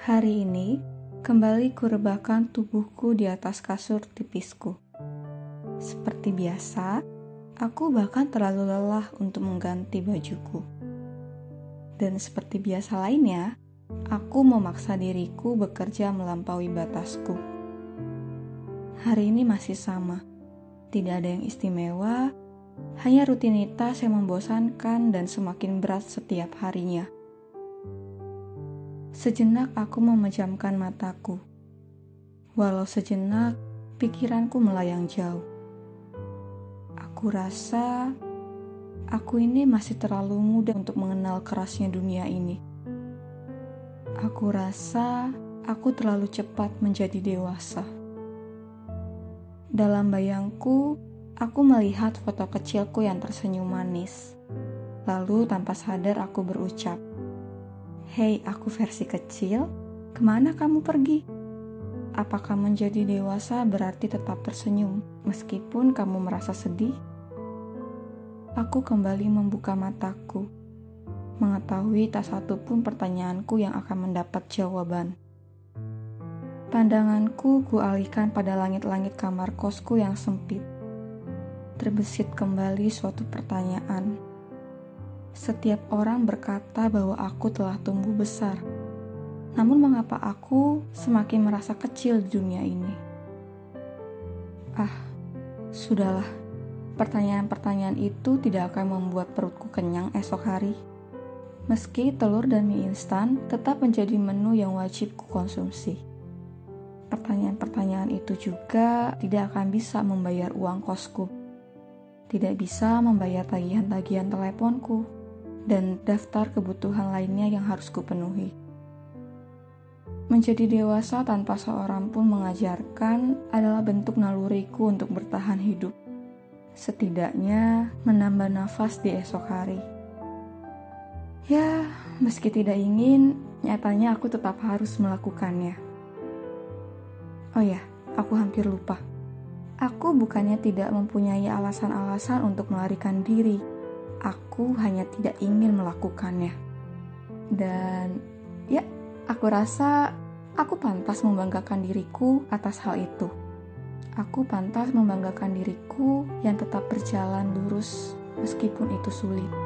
Hari ini, kembali kurebahkan tubuhku di atas kasur tipisku. Seperti biasa, aku bahkan terlalu lelah untuk mengganti bajuku. Dan seperti biasa lainnya, aku memaksa diriku bekerja melampaui batasku. Hari ini masih sama, tidak ada yang istimewa, hanya rutinitas yang membosankan dan semakin berat setiap harinya. Sejenak aku memejamkan mataku. Walau sejenak, pikiranku melayang jauh. Aku rasa aku ini masih terlalu muda untuk mengenal kerasnya dunia ini. Aku rasa aku terlalu cepat menjadi dewasa. Dalam bayangku, aku melihat foto kecilku yang tersenyum manis. Lalu tanpa sadar aku berucap, "Hei, aku versi kecil, kemana kamu pergi? Apakah menjadi dewasa berarti tetap tersenyum meskipun kamu merasa sedih?" Aku kembali membuka mataku, mengetahui tak satu pun pertanyaanku yang akan mendapat jawaban. Pandanganku kualihkan pada langit-langit kamar kosku yang sempit. Terbesit kembali suatu pertanyaan. Setiap orang berkata bahwa aku telah tumbuh besar. Namun mengapa aku semakin merasa kecil di dunia ini? Sudahlah. Pertanyaan-pertanyaan itu tidak akan membuat perutku kenyang esok hari. Meski telur dan mie instan tetap menjadi menu yang wajib kukonsumsi. Pertanyaan-pertanyaan itu juga tidak akan bisa membayar uang kosku. Tidak bisa membayar tagihan-tagihan teleponku dan daftar kebutuhan lainnya yang harus kupenuhi. Menjadi dewasa tanpa seorang pun mengajarkan adalah bentuk naluriku untuk bertahan hidup. Setidaknya menambah nafas di esok hari. Ya, meski tidak ingin, nyatanya aku tetap harus melakukannya. Oh ya, aku hampir lupa. Aku bukannya tidak mempunyai alasan-alasan untuk melarikan diri. Aku hanya tidak ingin melakukannya. Dan ya, aku rasa aku pantas membanggakan diriku atas hal itu. Aku pantas membanggakan diriku yang tetap berjalan lurus meskipun itu sulit.